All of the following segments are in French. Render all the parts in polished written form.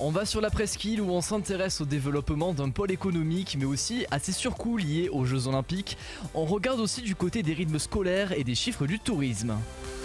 On va sur la presqu'île où on s'intéresse au développement d'un pôle économique mais aussi à ses surcoûts liés aux Jeux Olympiques. On regarde aussi du côté des rythmes scolaires et des chiffres du tourisme.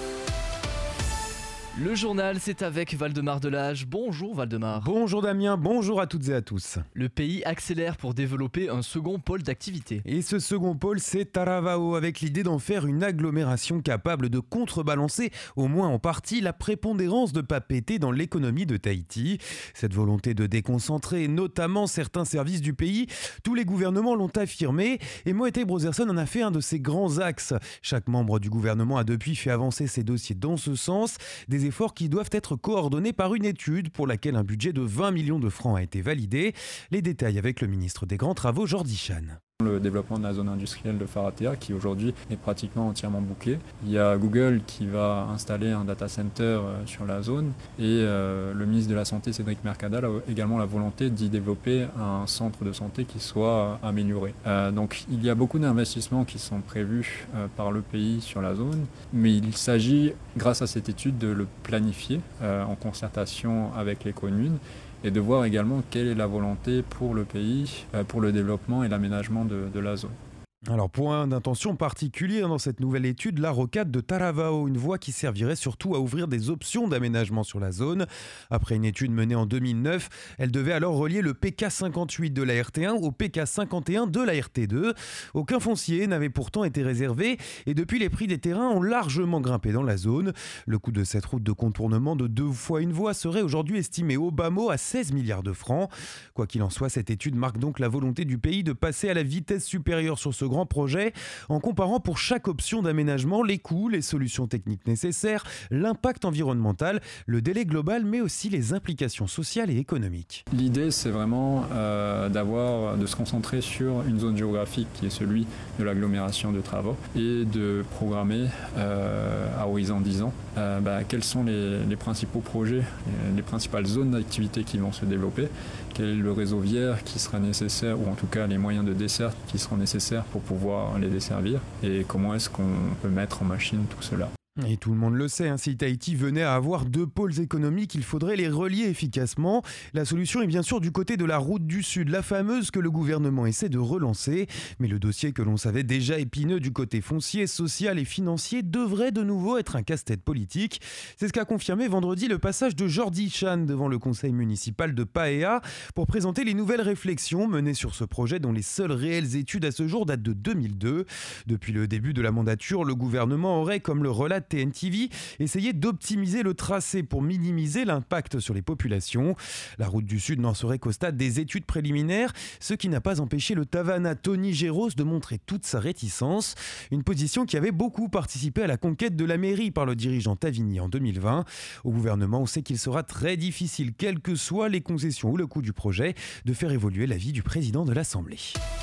Le journal, c'est avec Valdemar Delage. Bonjour Valdemar. Bonjour Damien, bonjour à toutes et à tous. Le pays accélère pour développer un second pôle d'activité. Et ce second pôle, c'est Taravao, avec l'idée d'en faire une agglomération capable de contrebalancer, au moins en partie, la prépondérance de Papeete dans l'économie de Tahiti. Cette volonté de déconcentrer notamment certains services du pays, tous les gouvernements l'ont affirmé et Moete Brotherson en a fait un de ses grands axes. Chaque membre du gouvernement a depuis fait avancer ses dossiers dans ce sens. Des efforts qui doivent être coordonnés par une étude pour laquelle un budget de 20 millions de francs a été validé. Les détails avec le ministre des Grands Travaux, Jordi Chan. Le développement de la zone industrielle de Faratea qui aujourd'hui est pratiquement entièrement bouclé. Il y a Google qui va installer un data center sur la zone et le ministre de la Santé Cédric Mercadal a également la volonté d'y développer un centre de santé qui soit amélioré. Donc il y a beaucoup d'investissements qui sont prévus par le pays sur la zone, mais il s'agit grâce à cette étude de le planifier en concertation avec les communes et de voir également quelle est la volonté pour le pays, pour le développement et l'aménagement de la zone. Alors, point d'intention particulier dans cette nouvelle étude, la rocade de Taravao, une voie qui servirait surtout à ouvrir des options d'aménagement sur la zone. Après une étude menée en 2009, elle devait alors relier le PK58 de la RT1 au PK51 de la RT2. Aucun foncier n'avait pourtant été réservé et depuis les prix des terrains ont largement grimpé dans la zone. Le coût de cette route de contournement de 2 fois une voie serait aujourd'hui estimé au bas mot à 16 milliards de francs. Quoi qu'il en soit, cette étude marque donc la volonté du pays de passer à la vitesse supérieure sur ce grand projet en comparant pour chaque option d'aménagement les coûts, les solutions techniques nécessaires, l'impact environnemental, le délai global mais aussi les implications sociales et économiques. L'idée c'est vraiment de se concentrer sur une zone géographique qui est celui de l'agglomération de Taravao et de programmer à horizon 10 ans quels sont les principaux projets, les principales zones d'activité qui vont se développer, quel est le réseau viaire qui sera nécessaire ou en tout cas les moyens de dessert qui seront nécessaires pour pouvoir les desservir et comment est-ce qu'on peut mettre en machine tout cela. Et tout le monde le sait, si Tahiti venait à avoir 2 pôles économiques, il faudrait les relier efficacement. La solution est bien sûr du côté de la route du Sud, la fameuse que le gouvernement essaie de relancer. Mais le dossier que l'on savait déjà épineux du côté foncier, social et financier devrait de nouveau être un casse-tête politique. C'est ce qu'a confirmé vendredi le passage de Jordi Chan devant le conseil municipal de Paea pour présenter les nouvelles réflexions menées sur ce projet dont les seules réelles études à ce jour datent de 2002. Depuis le début de la mandature, le gouvernement aurait, comme le relate TNTV, essayer d'optimiser le tracé pour minimiser l'impact sur les populations. La route du Sud n'en serait qu'au stade des études préliminaires, ce qui n'a pas empêché le Tavana Tony Géros de montrer toute sa réticence. Une position qui avait beaucoup participé à la conquête de la mairie par le dirigeant Tavini en 2020. Au gouvernement, on sait qu'il sera très difficile, quelles que soient les concessions ou le coût du projet, de faire évoluer l'avis du président de l'Assemblée.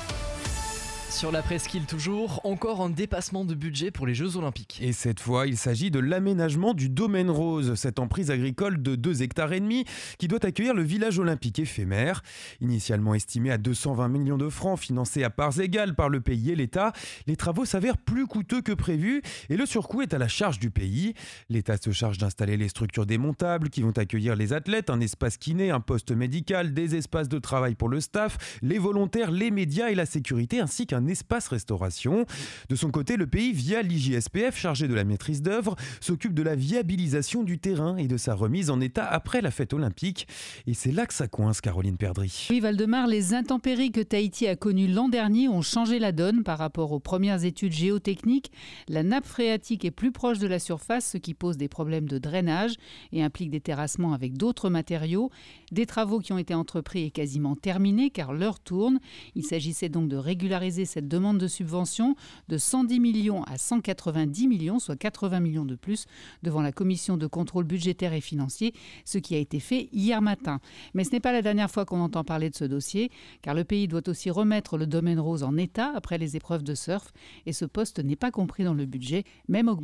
Sur la presqu'île toujours, encore un dépassement de budget pour les Jeux Olympiques. Et cette fois, il s'agit de l'aménagement du domaine rose, cette emprise agricole de 2,5 hectares qui doit accueillir le village olympique éphémère. Initialement estimé à 220 millions de francs, financé à parts égales par le pays et l'État, les travaux s'avèrent plus coûteux que prévu et le surcoût est à la charge du pays. L'État se charge d'installer les structures démontables qui vont accueillir les athlètes, un espace kiné, un poste médical, des espaces de travail pour le staff, les volontaires, les médias et la sécurité, ainsi qu'un espace restauration. De son côté, le pays, via l'IJSPF, chargé de la maîtrise d'œuvre, s'occupe de la viabilisation du terrain et de sa remise en état après la fête olympique. Et c'est là que ça coince, Caroline Perdry. Oui, Valdemar, les intempéries que Tahiti a connues l'an dernier ont changé la donne par rapport aux premières études géotechniques. La nappe phréatique est plus proche de la surface, ce qui pose des problèmes de drainage et implique des terrassements avec d'autres matériaux. Des travaux qui ont été entrepris et quasiment terminés car l'heure tourne. Il s'agissait donc de régulariser cette demande de subvention de 110 millions à 190 millions, soit 80 millions de plus, devant la commission de contrôle budgétaire et financier, ce qui a été fait hier matin. Mais ce n'est pas la dernière fois qu'on entend parler de ce dossier, car le pays doit aussi remettre le domaine rose en état après les épreuves de surf, et ce poste n'est pas compris dans le budget, même augmenté.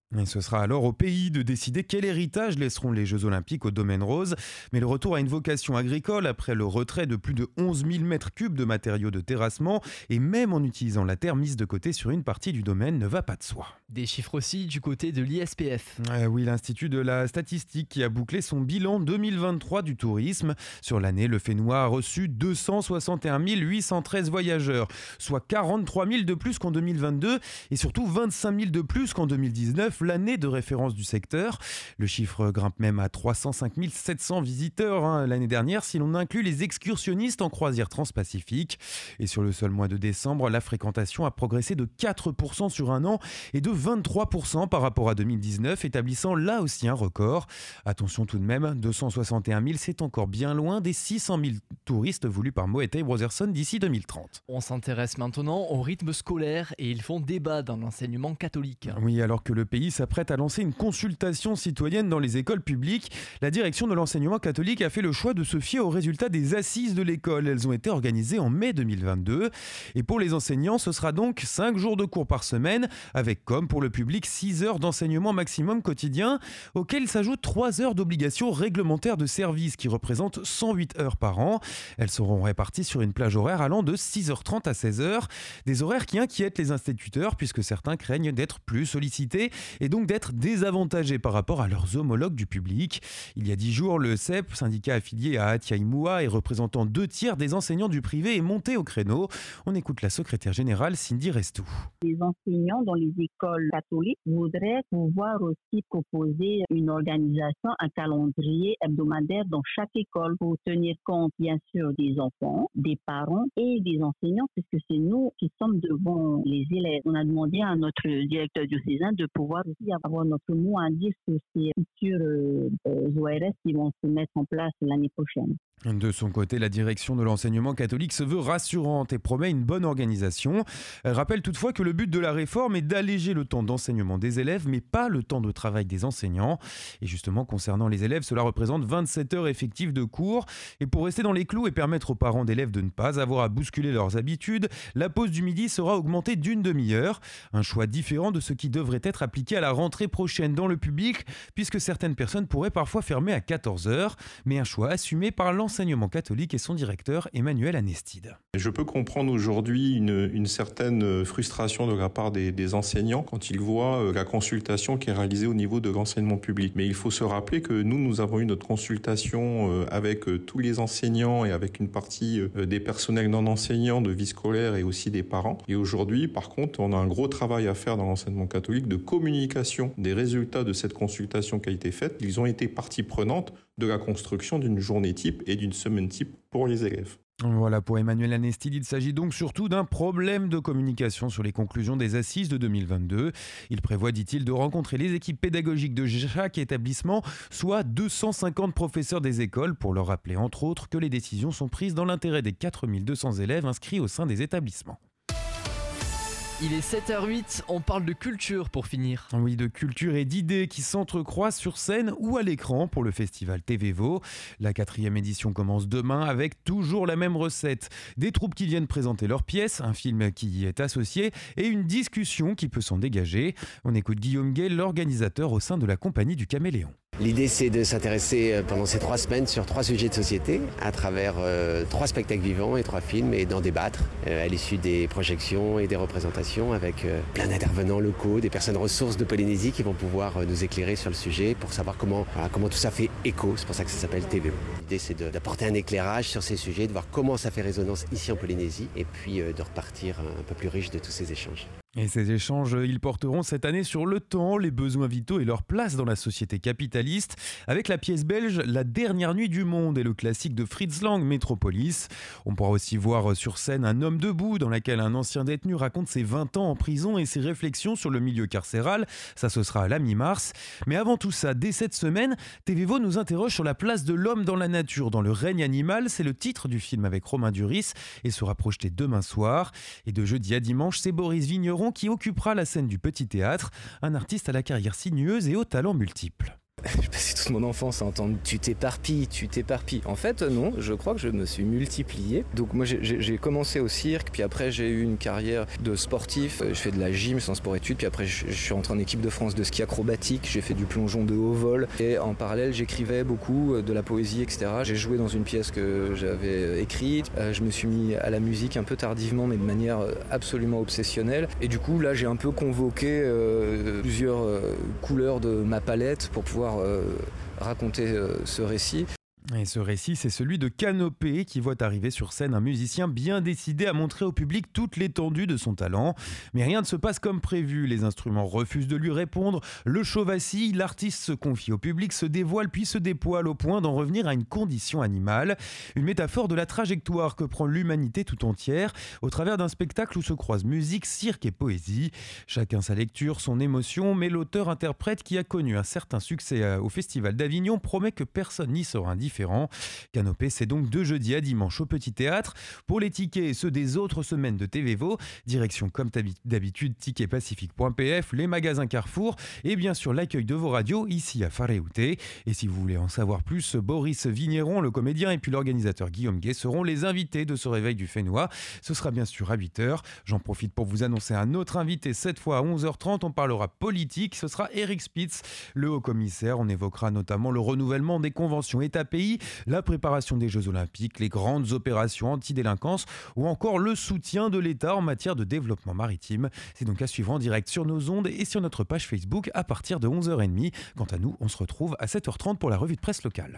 Et ce sera alors au pays de décider quel héritage laisseront les Jeux Olympiques au Domaine Rose. Mais le retour a une vocation agricole après le retrait de plus de 11 000 mètres cubes de matériaux de terrassement et même en utilisant la terre mise de côté sur une partie du domaine ne va pas de soi. Des chiffres aussi du côté de l'ISPF. Oui, l'Institut de la statistique qui a bouclé son bilan 2023 du tourisme. Sur l'année, le Fénois a reçu 261 813 voyageurs, soit 43 000 de plus qu'en 2022 et surtout 25 000 de plus qu'en 2019. L'année de référence du secteur. Le chiffre grimpe même à 305 700 visiteurs l'année dernière si l'on inclut les excursionnistes en croisière transpacifique. Et sur le seul mois de décembre, la fréquentation a progressé de 4% sur un an et de 23% par rapport à 2019, établissant là aussi un record. Attention tout de même, 261 000, c'est encore bien loin des 600 000 touristes voulus par Moët & Brotherson d'ici 2030. On s'intéresse maintenant au rythme scolaire et ils font débat dans l'enseignement catholique. Oui, alors que le pays s'apprête à lancer une consultation citoyenne dans les écoles publiques, la direction de l'enseignement catholique a fait le choix de se fier aux résultats des assises de l'école. Elles ont été organisées en mai 2022. Et pour les enseignants, ce sera donc 5 jours de cours par semaine, avec comme pour le public 6 heures d'enseignement maximum quotidien, auxquelles s'ajoutent 3 heures d'obligation réglementaire de service qui représentent 108 heures par an. Elles seront réparties sur une plage horaire allant de 6h30 à 16h. Des horaires qui inquiètent les instituteurs puisque certains craignent d'être plus sollicités et donc d'être désavantagés par rapport à leurs homologues du public. Il y a 10 jours, le CEP, syndicat affilié à Atiaïmoua et représentant 2/3 des enseignants du privé, est monté au créneau. On écoute la secrétaire générale Cindy Restou. Les enseignants dans les écoles catholiques voudraient pouvoir aussi proposer une organisation, un calendrier hebdomadaire dans chaque école pour tenir compte bien sûr des enfants, des parents et des enseignants puisque c'est nous qui sommes devant les élèves. On a demandé à notre directeur diocésain de pouvoir aussi avoir notre mot à dire sur ces futurs ORS qui vont se mettre en place l'année prochaine. De son côté, la direction de l'enseignement catholique se veut rassurante et promet une bonne organisation. Elle rappelle toutefois que le but de la réforme est d'alléger le temps d'enseignement des élèves, mais pas le temps de travail des enseignants. Et justement, concernant les élèves, cela représente 27 heures effectives de cours. Et pour rester dans les clous et permettre aux parents d'élèves de ne pas avoir à bousculer leurs habitudes, la pause du midi sera augmentée d'une demi-heure. Un choix différent de ce qui devrait être appliqué à la rentrée prochaine dans le public, puisque certaines personnes pourraient parfois fermer à 14h, mais un choix assumé par l'enseignement catholique et son directeur Emmanuel Anestide. Je peux comprendre aujourd'hui une certaine frustration de la part des enseignants quand ils voient la consultation qui est réalisée au niveau de l'enseignement public. Mais il faut se rappeler que nous avons eu notre consultation avec tous les enseignants et avec une partie des personnels non enseignants de vie scolaire et aussi des parents. Et aujourd'hui, par contre, on a un gros travail à faire dans l'enseignement catholique de communication des résultats de cette consultation qui a été faite. Ils ont été partie prenante de la construction d'une journée type et d'une semaine type pour les élèves. Voilà, pour Emmanuel Anestide, il s'agit donc surtout d'un problème de communication sur les conclusions des assises de 2022. Il prévoit, dit-il, de rencontrer les équipes pédagogiques de chaque établissement, soit 250 professeurs des écoles, pour leur rappeler entre autres que les décisions sont prises dans l'intérêt des 4200 élèves inscrits au sein des établissements. Il est 7h08, on parle de culture pour finir. Oui, de culture et d'idées qui s'entrecroisent sur scène ou à l'écran pour le festival TVVO. La 4e édition commence demain avec toujours la même recette. Des troupes qui viennent présenter leurs pièces, un film qui y est associé et une discussion qui peut s'en dégager. On écoute Guillaume Gay, l'organisateur au sein de la compagnie du Caméléon. L'idée, c'est de s'intéresser pendant ces 3 semaines sur 3 sujets de société à travers 3 spectacles vivants et 3 films et d'en débattre à l'issue des projections et des représentations avec plein d'intervenants locaux, des personnes ressources de Polynésie qui vont pouvoir nous éclairer sur le sujet pour savoir comment tout ça fait écho. C'est pour ça que ça s'appelle TVO. L'idée, c'est d'apporter un éclairage sur ces sujets, de voir comment ça fait résonance ici en Polynésie et puis de repartir un peu plus riche de tous ces échanges. Et ces échanges, ils porteront cette année sur le temps, les besoins vitaux et leur place dans la société capitaliste, avec la pièce belge La dernière nuit du monde et le classique de Fritz Lang, Métropolis. On pourra aussi voir sur scène Un homme debout, dans laquelle un ancien détenu raconte ses 20 ans en prison et ses réflexions sur le milieu carcéral. Ça, ce sera à la mi-mars. Mais avant tout ça, dès cette semaine, TVVO nous interroge sur la place de l'homme dans la nature, dans le règne animal. C'est le titre du film avec Romain Duris et sera projeté demain soir. Et de jeudi à dimanche, c'est Boris Vigneron qui occupera la scène du Petit Théâtre, un artiste à la carrière sinueuse et aux talents multiples. J'ai passé toute mon enfance à entendre tu t'éparpilles. En fait, non, je crois que je me suis multiplié. Donc moi, j'ai commencé au cirque, puis après j'ai eu une carrière de sportif. Je fais de la gym, c'est un sport-études, puis après je suis rentré en équipe de France de ski acrobatique. J'ai fait du plongeon de haut vol et en parallèle, j'écrivais beaucoup de la poésie, etc. J'ai joué dans une pièce que j'avais écrite. Je me suis mis à la musique un peu tardivement, mais de manière absolument obsessionnelle. Et du coup, là, j'ai un peu convoqué plusieurs couleurs de ma palette pour pouvoir raconter ce récit. Et ce récit, c'est celui de Canopé qui voit arriver sur scène un musicien bien décidé à montrer au public toute l'étendue de son talent. Mais rien ne se passe comme prévu, les instruments refusent de lui répondre, le show vacille, l'artiste se confie au public, se dévoile puis se dépoile au point d'en revenir à une condition animale. Une métaphore de la trajectoire que prend l'humanité tout entière au travers d'un spectacle où se croisent musique, cirque et poésie. Chacun sa lecture, son émotion, mais l'auteur-interprète qui a connu un certain succès au Festival d'Avignon promet que personne n'y sera indifférent. Canopé, c'est donc de jeudi à dimanche au Petit Théâtre. Pour les tickets et ceux des autres semaines de TVVO, direction comme d'habitude ticketpacifique.pf, les magasins Carrefour et bien sûr l'accueil de vos radios ici à Faréouté. Et si vous voulez en savoir plus, Boris Vigneron, le comédien, et puis l'organisateur Guillaume Gay seront les invités de ce réveil du Fénois. Ce sera bien sûr à 8h. J'en profite pour vous annoncer un autre invité, cette fois à 11h30. On parlera politique. Ce sera Eric Spitz, le haut-commissaire. On évoquera notamment le renouvellement des conventions État-pays, la préparation des Jeux Olympiques, les grandes opérations anti-délinquance ou encore le soutien de l'État en matière de développement maritime. C'est donc à suivre en direct sur nos ondes et sur notre page Facebook à partir de 11h30. Quant à nous, on se retrouve à 7h30 pour la revue de presse locale.